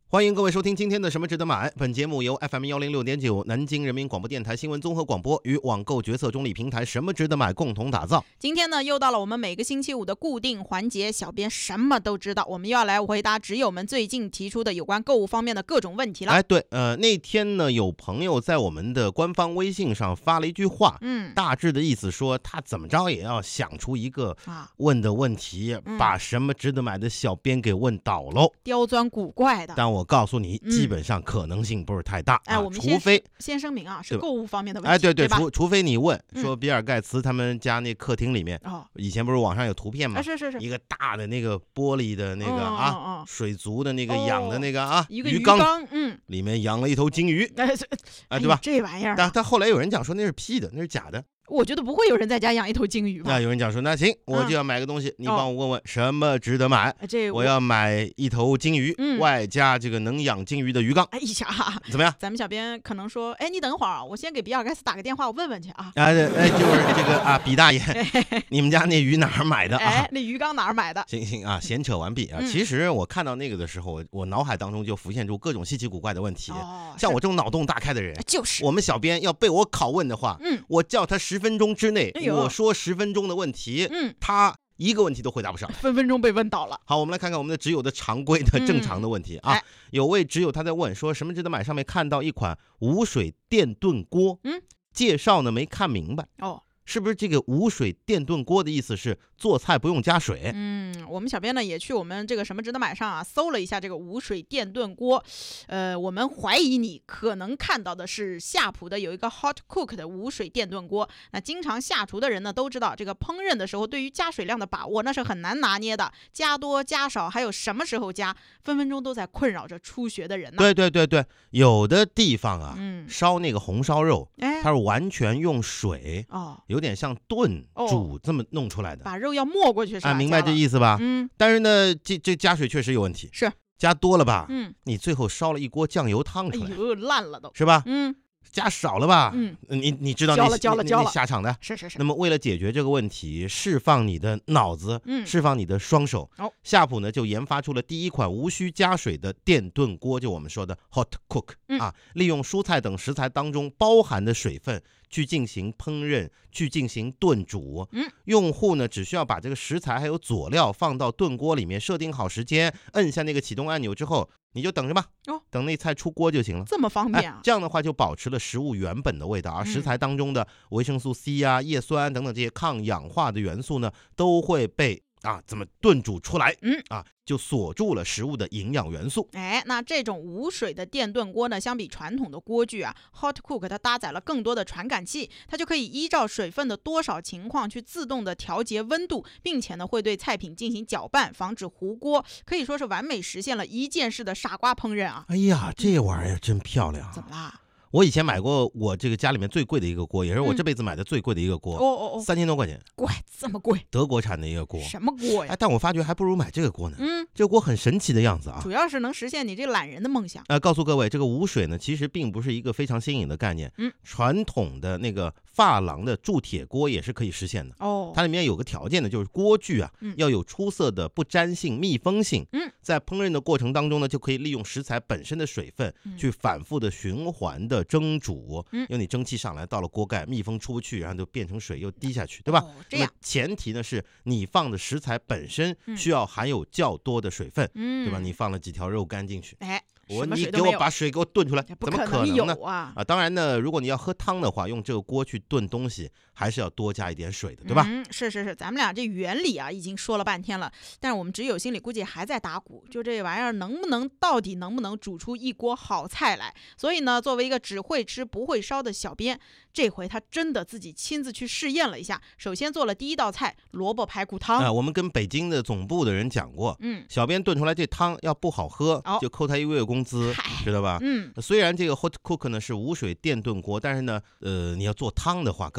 欢迎各位收听今天的什么值得买。本节目由 FM106.9 南京人民广播电台新闻综合广播与网购决策中立平台什么值得买共同打造。 今天呢，又到了我们每个星期五的固定环节，小编什么都知道，我们又要来回答纸友们最近提出的有关购物方面的各种问题了。 对，那天呢，有朋友在我们的官方微信上发了一句话，大致的意思说他怎么着也要想出一个问的问题，把什么值得买的小编给问倒喽， 刁钻古怪的。 但我告诉你，基本上可能性不是太大。 我们除非先声明啊，是购物方面的问题。 对， 吧？ 除非你问说比尔盖茨他们家那客厅里面，以前不是网上有图片吗？ 是一个大的那个玻璃的那个水族的那个养的那个一个鱼缸， 里面养了一头金鱼，对吧？ 这玩意儿， 但后来有人讲说那是 P 的，那是假的。 我觉得不会有人在家养一头金鱼吧？ 那有人讲说，那行，我就要买个东西，你帮我问问什么值得买。我要买一头金鱼，外加这个能养金鱼的鱼缸。 哎呀， 怎么样？ 咱们小编可能说，你等会儿，我先给比尔盖茨打个电话，我问问去啊。 就是这个比大爷，你们家那鱼哪儿买的啊？ 那鱼缸哪儿买的？ 行啊，闲扯完毕啊。其实我看到那个的时候，我脑海当中就浮现出各种稀奇古怪的问题。像我这种脑洞大开的人， 就是我们小编要被我拷问的话，我叫他10分钟之内，我说10分钟的问题，他一个问题都回答不上， 分分钟被问倒了。 好，我们来看看我们的纸友的常规的正常的问题啊。有位纸友他在问说，什么值得买上面看到一款无水电炖锅，介绍呢没看明白。是不是这个无水电炖锅的意思是做菜不用加水？ 我们小编呢也去我们这个什么值得买上搜了一下这个无水电炖锅，我们怀疑你可能看到的是夏普的有一个 Hot Cook 的无水电炖锅。那经常下厨的人呢都知道，这个烹饪的时候对于加水量的把握那是很难拿捏的，加多加少还有什么时候加，分分钟都在困扰着初学的人呢。 对，有的地方烧那个红烧肉，它是完全用水有点像炖煮这么弄出来的， 把肉要没过去是吧？ 明白这意思吧？但是呢，这加水确实有问题， 是加多了吧？你最后烧了一锅酱油汤出来， 烂了都， 是吧？加少了吧？你知道你下场的。 是。 那么为了解决这个问题，释放你的脑子，释放你的双手，夏普呢就研发出了第一款无需加水的电炖锅，就我们说的 Hot Cook 利用蔬菜等食材当中包含的水分去进行烹饪，去进行炖煮。用户呢只需要把这个食材还有佐料放到炖锅里面，设定好时间，摁下那个启动按钮之后，你就等着吧，等那菜出锅就行了。 这么方便啊！ 这样的话就保持了食物原本的味道，而食材当中的维生素 C 叶酸等等这些抗氧化的元素呢，都会被怎么炖煮出来，就锁住了食物的营养元素。 那这种无水的电炖锅呢，相比传统的锅具Hot Cook 它搭载了更多的传感器，它就可以依照水分的多少情况去自动的调节温度，并且呢会对菜品进行搅拌，防止糊锅，可以说是完美实现了一键式的傻瓜烹饪啊！ 哎呀，这玩意儿真漂亮！ 怎么啦？ 我以前买过我这个家里面最贵的一个锅，也是我这辈子买的最贵的一个锅，3000多块钱， 贵这么贵？ 德国产的一个锅， 什么锅呀？ 但我发觉还不如买这个锅呢。这个锅很神奇的样子啊， 主要是能实现你这懒人的梦想。 告诉各位，这个无水呢，其实并不是一个非常新颖的概念。传统的那个珐琅的铸铁锅也是可以实现的。它里面有个条件呢，就是锅具要有出色的不粘性、密封性。在烹饪的过程当中呢，就可以利用食材本身的水分去反复的循环的蒸煮，因为你蒸汽上来到了锅盖，密封出不去，然后就变成水又滴下去，对吧？ 这样， 前提呢是你放的食材本身需要含有较多的水分，对吧？你放了几条肉干进去，你给我把水给我炖出来，怎么可能呢？当然呢，如果你要喝汤的话，用这个锅去炖东西，还是要多加一点水的，对吧？ 是，咱们俩这原理已经说了半天了，但是我们只有心里估计还在打鼓，就这玩意儿到底能不能煮出一锅好菜来？所以呢，作为一个只会吃不会烧的小编，这回他真的自己亲自去试验了一下，首先做了第一道菜萝卜排骨汤。 我们跟北京的总部的人讲过，小编炖出来这汤要不好喝，就扣他1个月工资，知道吧？虽然这个 Hot Cook 呢是无水电炖锅，但是呢，你要做汤的话，各位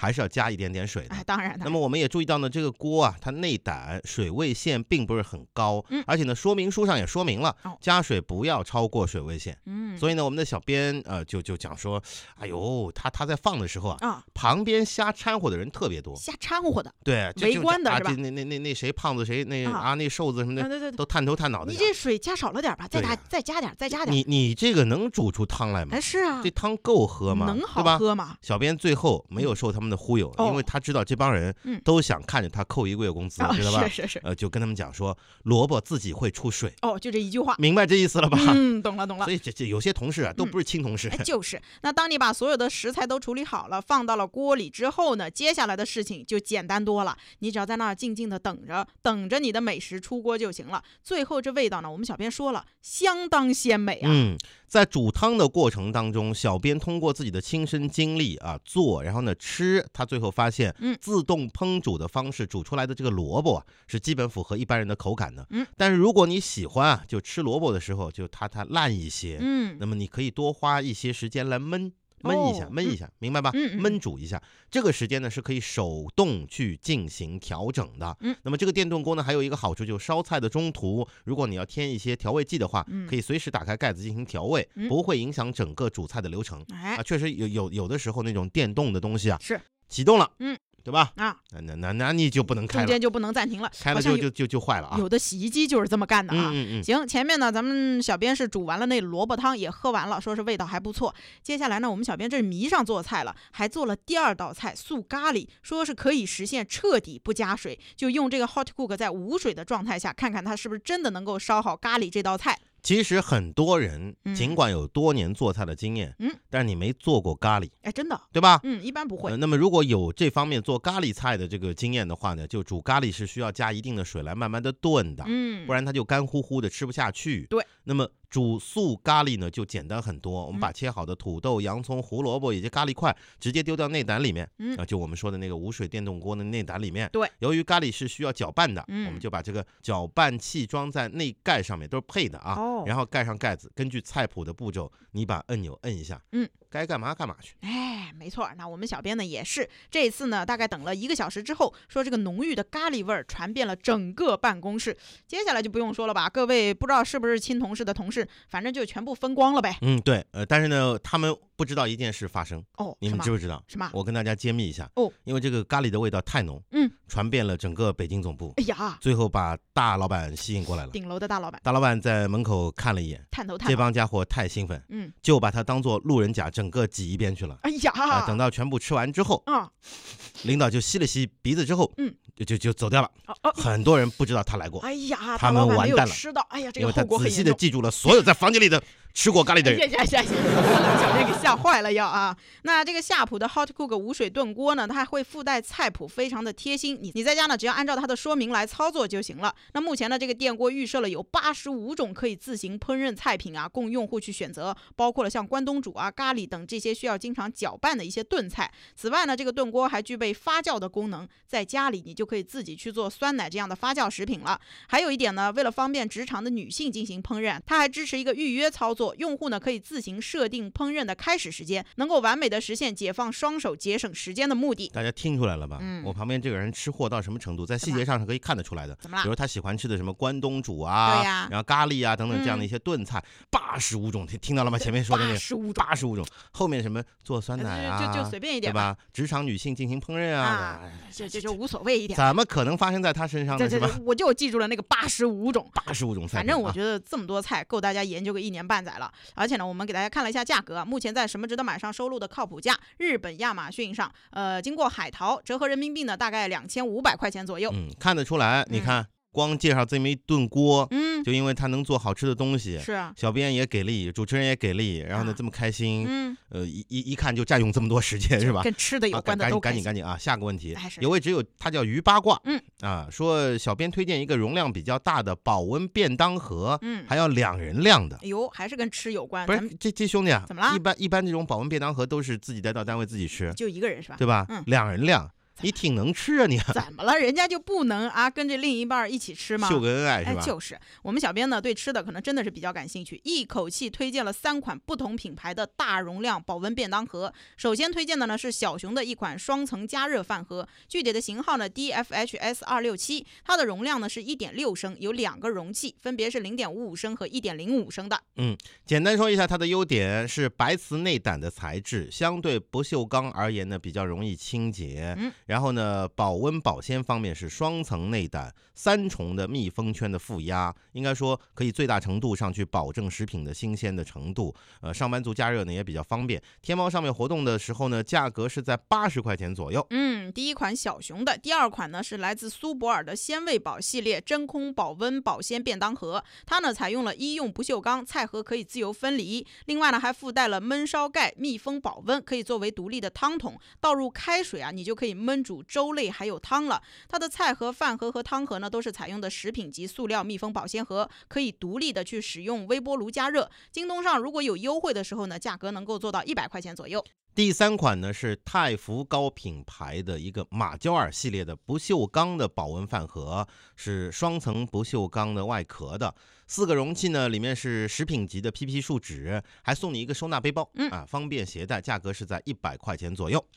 还是要加一点点水的。 当然。 那么我们也注意到呢，这个锅啊，它内胆水位线并不是很高，而且呢，说明书上也说明了，加水不要超过水位线。所以呢，我们的小编就讲说，哎呦，他在放的时候啊，旁边瞎掺和的人特别多， 瞎掺和的， 对， 围观的是吧？ 那谁胖子谁那瘦子什么的， 对， 都探头探脑的。 你这水加少了点吧，再加点。 你这个能煮出汤来吗？ 是啊， 这汤够喝吗？ 能好喝吗？ 小编最后没有受他们的忽悠，因为他知道这帮人都想看着他扣1个月工资，知道吧？ 是。 就跟他们讲说，萝卜自己会出水。 就这一句话， 明白这意思了吧？ 懂了。 所以这有些同事啊，都不是亲同事。 就是。那当你把所有的食材都处理好了，放到了锅里之后呢，接下来的事情就简单多了。你只要在那儿静静的等着你的美食出锅就行了。最后这味道呢，我们小编说了，相当鲜美啊。 在煮汤的过程当中，小编通过自己的亲身经历做，然后呢吃，他最后发现，自动烹煮的方式煮出来的这个萝卜是基本符合一般人的口感的。但是如果你喜欢就吃萝卜的时候就它烂一些，那么你可以多花一些时间来焖一下，明白吧？焖煮一下，这个时间呢是可以手动去进行调整的。那么这个电动锅呢还有一个好处，就是烧菜的中途，如果你要添一些调味剂的话，可以随时打开盖子进行调味，不会影响整个煮菜的流程。确实有的时候那种电动的东西是启动了，对吧？那你就不能开了， 中间就不能暂停了， 开了就坏了啊！ 有的洗衣机就是这么干的啊。行，前面呢咱们小编是煮完了那萝卜汤，也喝完了，说是味道还不错。接下来呢，我们小编这是迷上做菜了，还做了第2道菜素咖喱，说是可以实现彻底不加水，就用这个 hot cook 在无水的状态下，看看它是不是真的能够烧好咖喱这道菜。 其实很多人尽管有多年做菜的经验，但是你没做过咖喱， 真的， 对吧？ 一般不会。 那么如果有这方面做咖喱菜的这个经验的话呢，就煮咖喱是需要加一定的水来慢慢的炖的，不然它就干乎乎的吃不下去。 对， 那么煮素咖喱呢就简单很多，我们把切好的土豆、洋葱、胡萝卜以及咖喱块直接丢到内胆里面，就我们说的那个无水电动锅的内胆里面。 对， 由于咖喱是需要搅拌的，我们就把这个搅拌器装在内盖上面，都是配的啊。然后盖上盖子，根据菜谱的步骤，你把按钮摁一下，该干嘛干嘛去。 没错。那我们小编呢也是，这次呢大概等了1个小时之后，说这个浓郁的咖喱味儿传遍了整个办公室。接下来就不用说了吧，各位不知道是不是亲同事的同事，反正就全部分光了呗。 对，但是呢，他们不知道一件事发生。你们知不知道？ 什么？ 我跟大家揭秘一下。因为这个咖喱的味道太浓，传遍了整个北京总部。最后把大老板吸引过来了。 顶楼的大老板。 大老板在门口看了一眼， 探头， 这帮家伙太兴奋，就把他当做路人甲，整个挤一边去了。等到全部吃完之后，领导就吸了吸鼻子之后，就走掉了。很多人不知道他来过。他们完蛋了。 这个后果很严重。 因为他仔细的记住了所有在房间里的吃过咖喱的人。 小编给吓坏了要啊！那这个夏普的 hot cook 无水炖锅呢，它还会附带菜谱，非常的贴心。你在家呢，只要按照它的说明来操作就行了。那目前呢，这个电锅预设了有85种可以自行烹饪菜品啊，供用户去选择，包括了像关东煮啊、咖喱等这些需要经常搅拌的一些炖菜。此外呢，这个炖锅还具备发酵的功能，在家里你就可以自己去做酸奶这样的发酵食品了。还有一点呢，为了方便职场的女性进行烹饪，它还支持一个预约操作，用户呢可以自行设定烹饪的开始时间，能够完美的实现解放双手、节省时间的目的。 大家听出来了吧？我旁边这个人吃货到什么程度，在细节上是可以看得出来的。 怎么了？ 比如他喜欢吃的什么关东煮啊，然后咖喱啊等等这样的一些炖菜，85种，听到了吗？前面说的那个85种，后面什么做酸奶啊， 就随便一点， 对吧？职场女性进行烹饪啊， 就无所谓一点。 怎么可能发生在他身上呢？是吧？ 我就记住了那个85种菜。 反正我觉得这么多菜够大家研究个1年半载了。而且呢，我们给大家看了一下价格，目前在什么值得买上收录的靠谱价，日本亚马逊上，经过海淘，折合人民币呢大概2500块钱左右。 看得出来，你看。光介绍这么一炖锅，就因为他能做好吃的东西， 是啊， 小编也给力，主持人也给力，然后呢这么开心，一看就占用这么多时间，是吧？ 跟吃的有关的都赶紧啊！下个问题，有位只有他叫鱼八卦，说小编推荐一个容量比较大的保温便当盒，还要2人量的。 哎呦，还是跟吃有关。 不是这兄弟啊， 怎么了？ 一般这种保温便当盒都是自己带到单位自己吃， 就一个人是吧？ 对吧？2人量。 你挺能吃啊你。 怎么了？人家就不能啊跟这另一半一起吃吗？ 秀个恩爱是吧？ 就是我们小编呢对吃的可能真的是比较感兴趣，一口气推荐了3款不同品牌的大容量保温便当盒。首先推荐的呢是小熊的一款双层加热饭盒，具体的型号呢 DFHS267，它的容量呢是1.6升，有2个容器，分别是0.55升和1.05升的。 简单说一下它的优点是白瓷内胆的材质，相对不锈钢而言呢比较容易清洁。然后呢保温保鲜方面是双层内胆，3重的密封圈的负压，应该说可以最大程度上去保证食品的新鲜的程度。上班族加热呢也比较方便。天猫上面活动的时候呢，价格是在80块钱左右。 第一款小熊的，第二款呢是来自苏泊尔的鲜味宝系列真空保温保鲜便当盒，它呢采用了医用不锈钢，菜盒可以自由分离。另外呢还附带了焖烧盖，密封保温，可以作为独立的汤桶，倒入开水啊，你就可以焖煮粥类还有汤了。它的菜盒、饭盒和汤盒呢都是采用的食品级塑料密封保鲜盒，可以独立的去使用微波炉加热。京东上如果有优惠的时候呢，价格能够做到100块钱左右。 第3款呢是太福高品牌的一个马焦耳系列的不锈钢的保温饭盒，是双层不锈钢的外壳的，4个容器呢，里面是食品级的 PP 树脂，还送你一个收纳背包，方便携带，价格是在100块钱左右。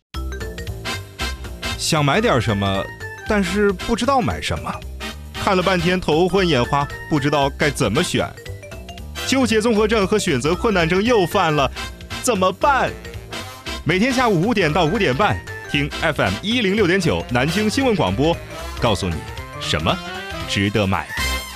想买点什么，但是不知道买什么，看了半天头昏眼花，不知道该怎么选，纠结综合症和选择困难症又犯了，怎么办？每天下午5点到5点半，听 FM106.9 南京新闻广播，告诉你什么值得买。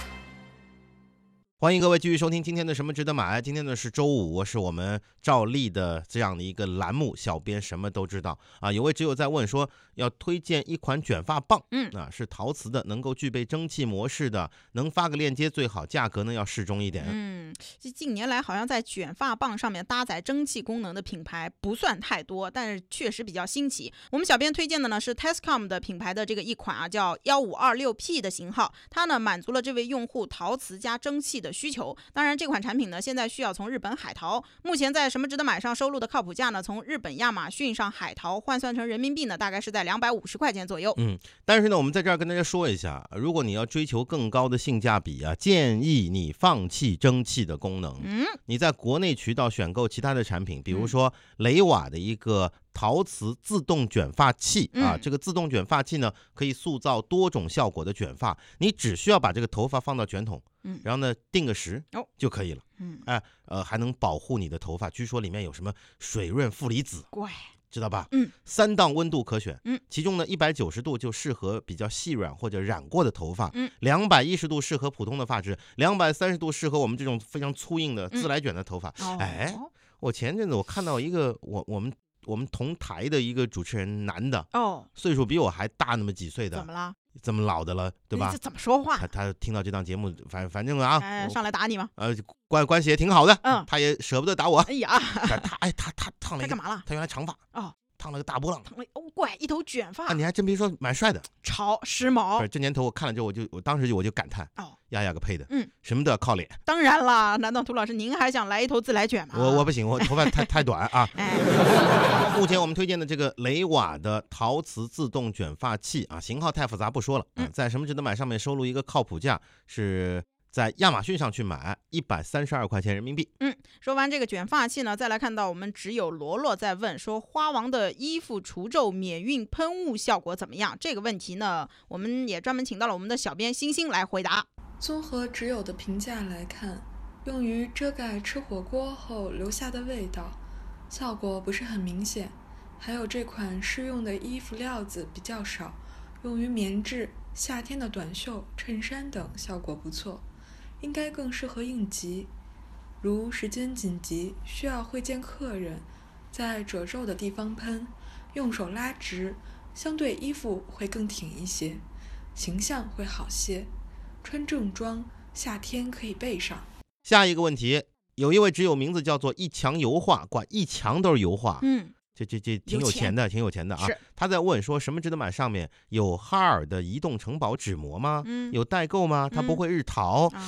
欢迎各位继续收听今天的什么值得买。今天呢是周五，是我们照例的这样的一个栏目，小编什么都知道啊。有位只有在问说要推荐一款卷发棒，是陶瓷的，能够具备蒸汽模式的，能发个链接最好，价格呢要适中一点。 近年来好像在卷发棒上面搭载蒸汽功能的品牌不算太多，但是确实比较新奇。我们小编推荐的呢是 Tascam 的品牌的这个一款啊，叫 1526P 的型号，它呢满足了这位用户陶瓷加蒸汽的需求。当然这款产品呢现在需要从日本海淘，目前在什么值得买上收录的靠谱价呢，从日本亚马逊上海淘换算成人民币呢大概是在250块钱左右。 但是呢我们在这儿跟大家说一下，如果你要追求更高的性价比啊，建议你放弃蒸汽的功能。你在国内渠道选购其他的产品，比如说雷瓦的一个陶瓷自动卷发器这个自动卷发器呢可以塑造多种效果的卷发，你只需要把这个头发放到卷筒，然后呢定个时就可以了。还能保护你的头发，据说里面有什么水润负离子，知道吧？3档温度可选，其中呢190度就适合比较细软或者染过的头发，210度适合普通的发质，230度适合我们这种非常粗硬的自来卷的头发。我前阵子我看到一个我们同台的一个主持人，男的，岁数比我还大那么几岁的， 怎么了？ 这么老的了，对吧？ 这怎么说话？ 他听到这档节目，反正啊， 上来打你吗？ 关系也挺好的，他也舍不得打我。 哎呀， 他烫了一个， 他干嘛了？ 他原来长发烫了个大波浪， 怪一头卷发你还真别说，蛮帅的， 潮时髦。 这年头我看了之后，我当时就感叹，呀个配的，什么都要靠脸。 当然啦，难道涂老师您还想来一头自来卷吗？ 我不行，我头发太短啊。目前我们推荐的这个雷瓦的陶瓷自动卷发器型号太复杂不说了，在什么值得买上面收录一个靠谱价，是在亚马逊上去买132块钱人民币。 说完这个卷发器呢，再来看到我们只有罗罗在问说花王的衣服除皱免晕喷雾效果怎么样？这个问题呢，我们也专门请到了我们的小编星星来回答。 综合只有的评价来看，用于遮盖吃火锅后留下的味道，效果不是很明显。还有这款适用的衣服料子比较少，用于棉质、夏天的短袖、衬衫等效果不错，应该更适合应急，如时间紧急需要会见客人，在褶皱的地方喷，用手拉直，相对衣服会更挺一些，形象会好些，穿正装夏天可以备上。 下一个问题，有一位只有名字叫做一墙油画，管一墙都是油画，这挺有钱的，挺有钱的啊！他在问说什么值得买上面有哈尔的移动城堡纸膜吗？有代购吗？它不会日淘？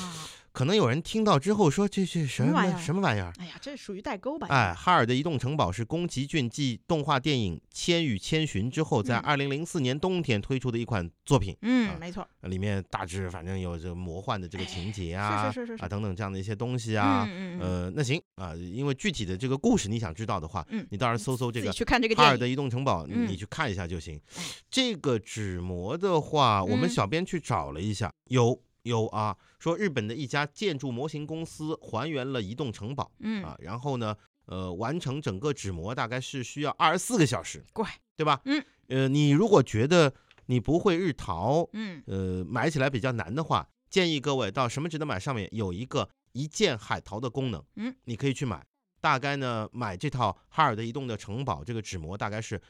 可能有人听到之后说这是什么玩意儿？ 哎呀，这属于代沟吧？ 哎，哈尔的移动城堡是宫崎骏继动画电影《千与千寻》之后，在2004年冬天推出的一款作品。 没错， 里面大致反正有这魔幻的这个情节啊， 是等等这样的一些东西啊。那行啊，因为具体的这个故事你想知道的话，你到时候搜搜这个哈尔的移动城堡，你去看一下就行。这个纸模的话，我们小编去找了一下，有啊，说日本的一家建筑模型公司还原了移动城堡，然后呢，完成整个纸模大概是需要24个小时，对吧？你如果觉得你不会日淘，买起来比较难的话，建议各位到什么值得买上面有一个一键海淘的功能，你可以去买。大概呢，买这套哈尔的移动的城堡这个纸模大概是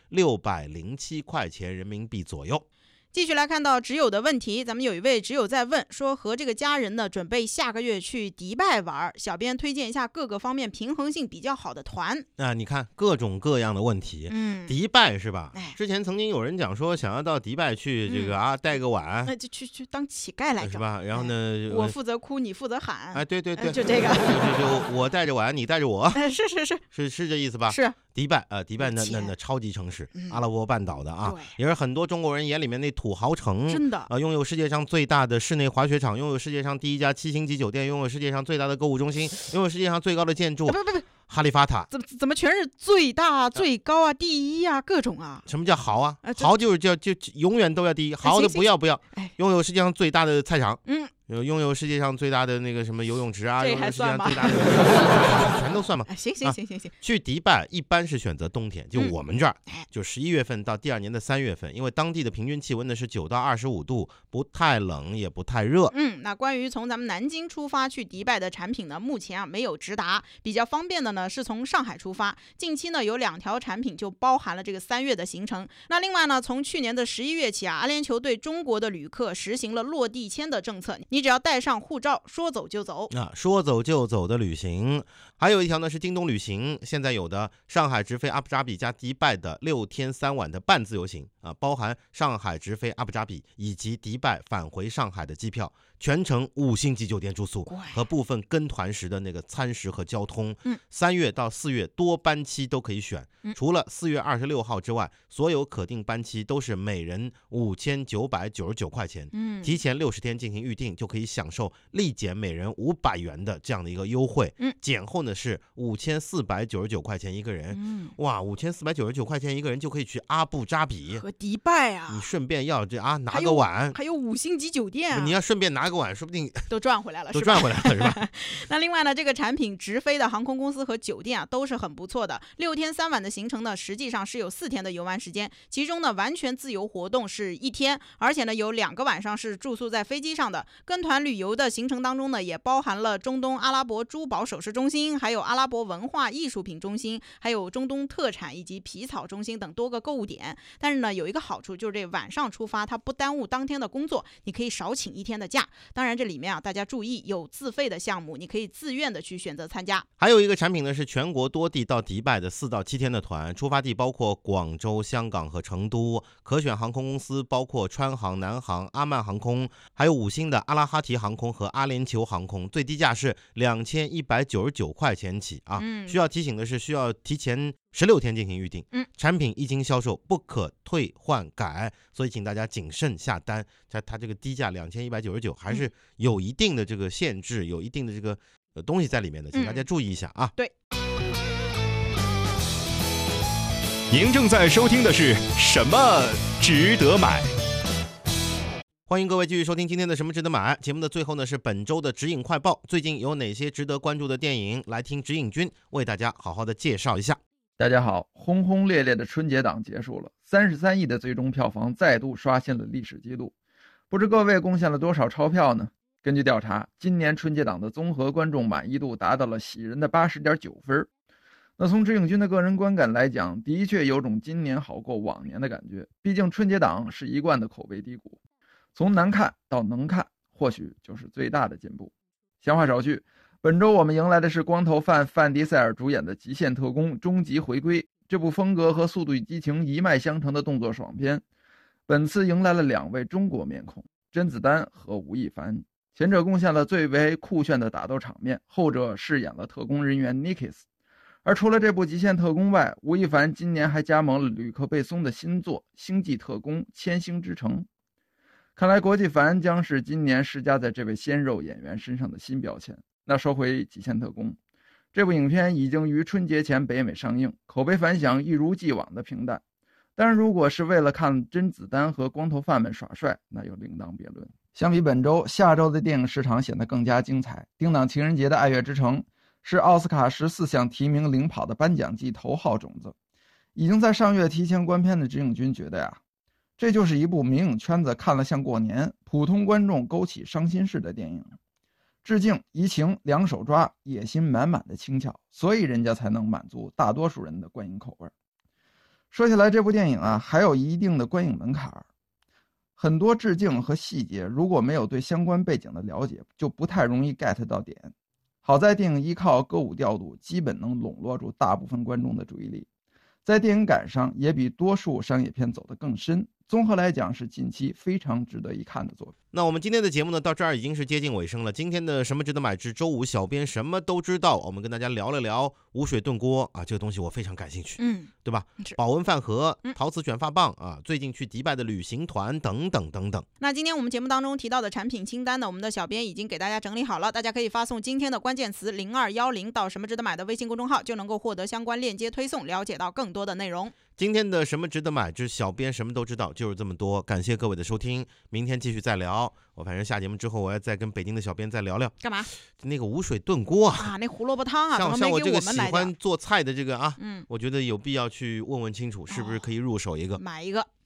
607块钱人民币左右。 继续来看到挚友的问题，咱们有一位挚友在问说，和这个家人呢准备下个月去迪拜玩，小编推荐一下各个方面平衡性比较好的团。 你看各种各样的问题，迪拜是吧？之前曾经有人讲说想要到迪拜去这个带个碗， 那就去当乞丐来着， 是吧？然后呢， 我负责哭，你负责喊， 对， 就这个， 就我带着碗，你带着我，是这意思吧？ 是。 迪拜那超级城市，阿拉伯半岛的啊，也是很多中国人眼里面那土豪城， 真的拥有世界上最大的室内滑雪场，拥有世界上第一家7星级酒店，拥有世界上最大的购物中心，拥有世界上最高的建筑，不，哈利法塔， 怎么全是最大、最高啊、第一啊，各种啊？ 什么叫豪啊？豪就是就永远都要第一，豪的不要，拥有世界上最大的菜场，拥有世界上最大的那个什么游泳池啊， 这还算吗？ 最大的全都算吗？ 行。 去迪拜一般是选择冬天，就我们这儿，就11月份到第2年的3月份，因为当地的平均气温呢是9到25度，不太冷也不太热。 那关于从咱们南京出发去迪拜的产品呢，目前没有直达，比较方便的呢是从上海出发。近期呢有2条产品就包含了这个3月的行程。那另外呢，从去年的11月起阿联酋对中国的旅客实行了落地签的政策，你只要带上护照，说走就走说走就走的旅行。还有一条呢是京东旅行现在有的上海直飞阿布扎比加迪拜的6天3晚的半自由行包含上海直飞阿布扎比以及迪拜返回上海的机票，全程5星级酒店住宿和部分跟团时的那个餐食和交通。3月到4月多班期都可以选，除了4月26号之外，所有可订班期都是每人5999块钱。提前60天进行预定就可以享受立减每人500元的这样的一个优惠。减后呢是5499块钱一个人。哇，5499块钱一个人就可以去阿布扎比和迪拜啊！ 你顺便要拿个碗， 还有5星级酒店你要顺便拿个碗，说不定都赚回来了， 是吧？ 那另外呢，这个产品直飞的航空公司和酒店都是很不错的。6天3晚的行程呢，实际上是有4天的游玩时间，其中呢完全自由活动是1天，而且呢有2个晚上是住宿在飞机上的。跟团旅游的行程当中呢，也包含了中东阿拉伯珠宝首饰中心，还有阿拉伯文化艺术品中心，还有中东特产以及皮草中心等多个购物点。但是呢，有一个好处就是这晚上出发，它不耽误当天的工作，你可以少请1天的假。当然这里面大家注意有自费的项目，你可以自愿的去选择参加。 还有一个产品呢是全国多地到迪拜的4到7天的团，出发地包括广州、香港和成都，可选航空公司包括川航、南航、阿曼航空，还有5星的阿拉哈提航空和阿联酋航空，最低价是2199块钱起需要提醒的是，需要提前16天进行预定。产品一经销售不可退换改，所以请大家谨慎下单。它这个低价2199还是有一定的这个限制，有一定的这个东西在里面的，请大家注意一下啊。 对。 您正在收听的是什么值得买？ 欢迎各位继续收听今天的什么值得买节目的最后呢，是本周的指引快报。最近有哪些值得关注的电影？来听指引君为大家好好的介绍一下。 大家好，轰轰烈烈的春节档结束了，33亿的最终票房再度刷新了历史记录。不知各位贡献了多少钞票呢？根据调查，今年春节档的综合观众满意度达到了喜人的80.9分。那从指引君的个人观感来讲，的确有种今年好过往年的感觉，毕竟春节档是一贯的口碑低谷。从难看到能看，或许就是最大的进步。闲话少叙，本周我们迎来的是光头范范迪塞尔主演的《极限特工：终极回归》。这部风格和《速度与激情》一脉相承的动作爽片，本次迎来了2位中国面孔，甄子丹和吴亦凡。 前者贡献了最为酷炫的打斗场面，后者饰演了特工人员 Nikis。而除了这部《极限特工》外，吴亦凡今年还加盟了吕克·贝松的新作《星际特工：千星之城》。看来国际繁将是今年施加在这位鲜肉演员身上的新标签。那说回《极限特工》，这部影片已经于春节前北美上映，口碑反响一如既往的平淡。当然，如果是为了看甄子丹和光头范们耍帅，那又另当别论。相比本周，下周的电影市场显得更加精彩。定档情人节的《爱乐之城》是奥斯卡14项提名领跑的颁奖季头号种子。已经在上月提前观片的指影君觉得呀，这就是一部名影圈子看了像过年，普通观众勾起伤心事的电影。致敬、移情两手抓，野心满满的轻巧，所以人家才能满足大多数人的观影口味。说起来，这部电影啊，还有一定的观影门槛，很多致敬和细节如果没有对相关背景的了解，就不太容易 get 到点。好在电影依靠歌舞调度，基本能笼络住大部分观众的注意力，在电影感上也比多数商业片走得更深。综合来讲，是近期非常值得一看的作品。 那我们今天的节目呢，到这儿已经是接近尾声了。今天的什么值得买之周五小编什么都知道，我们跟大家聊了聊无水炖锅啊，这个东西我非常感兴趣，对吧？保温饭盒、陶瓷卷发棒啊，最近去迪拜的旅行团等等等等。 那今天我们节目当中提到的产品清单呢，我们的小编已经给大家整理好了，大家可以发送今天的关键词0210到什么值得买的微信公众号，就能够获得相关链接推送，了解到更多的内容。 今天的什么值得买之小编什么都知道就是这么多，感谢各位的收听，明天继续再聊。我反正下节目之后，我要再跟北京的小编再聊聊。 干嘛？ 那个无水炖锅啊， 那胡萝卜汤啊， 像我这个喜欢做菜的这个啊，我觉得有必要去问问清楚，是不是可以入手一个， 买一个。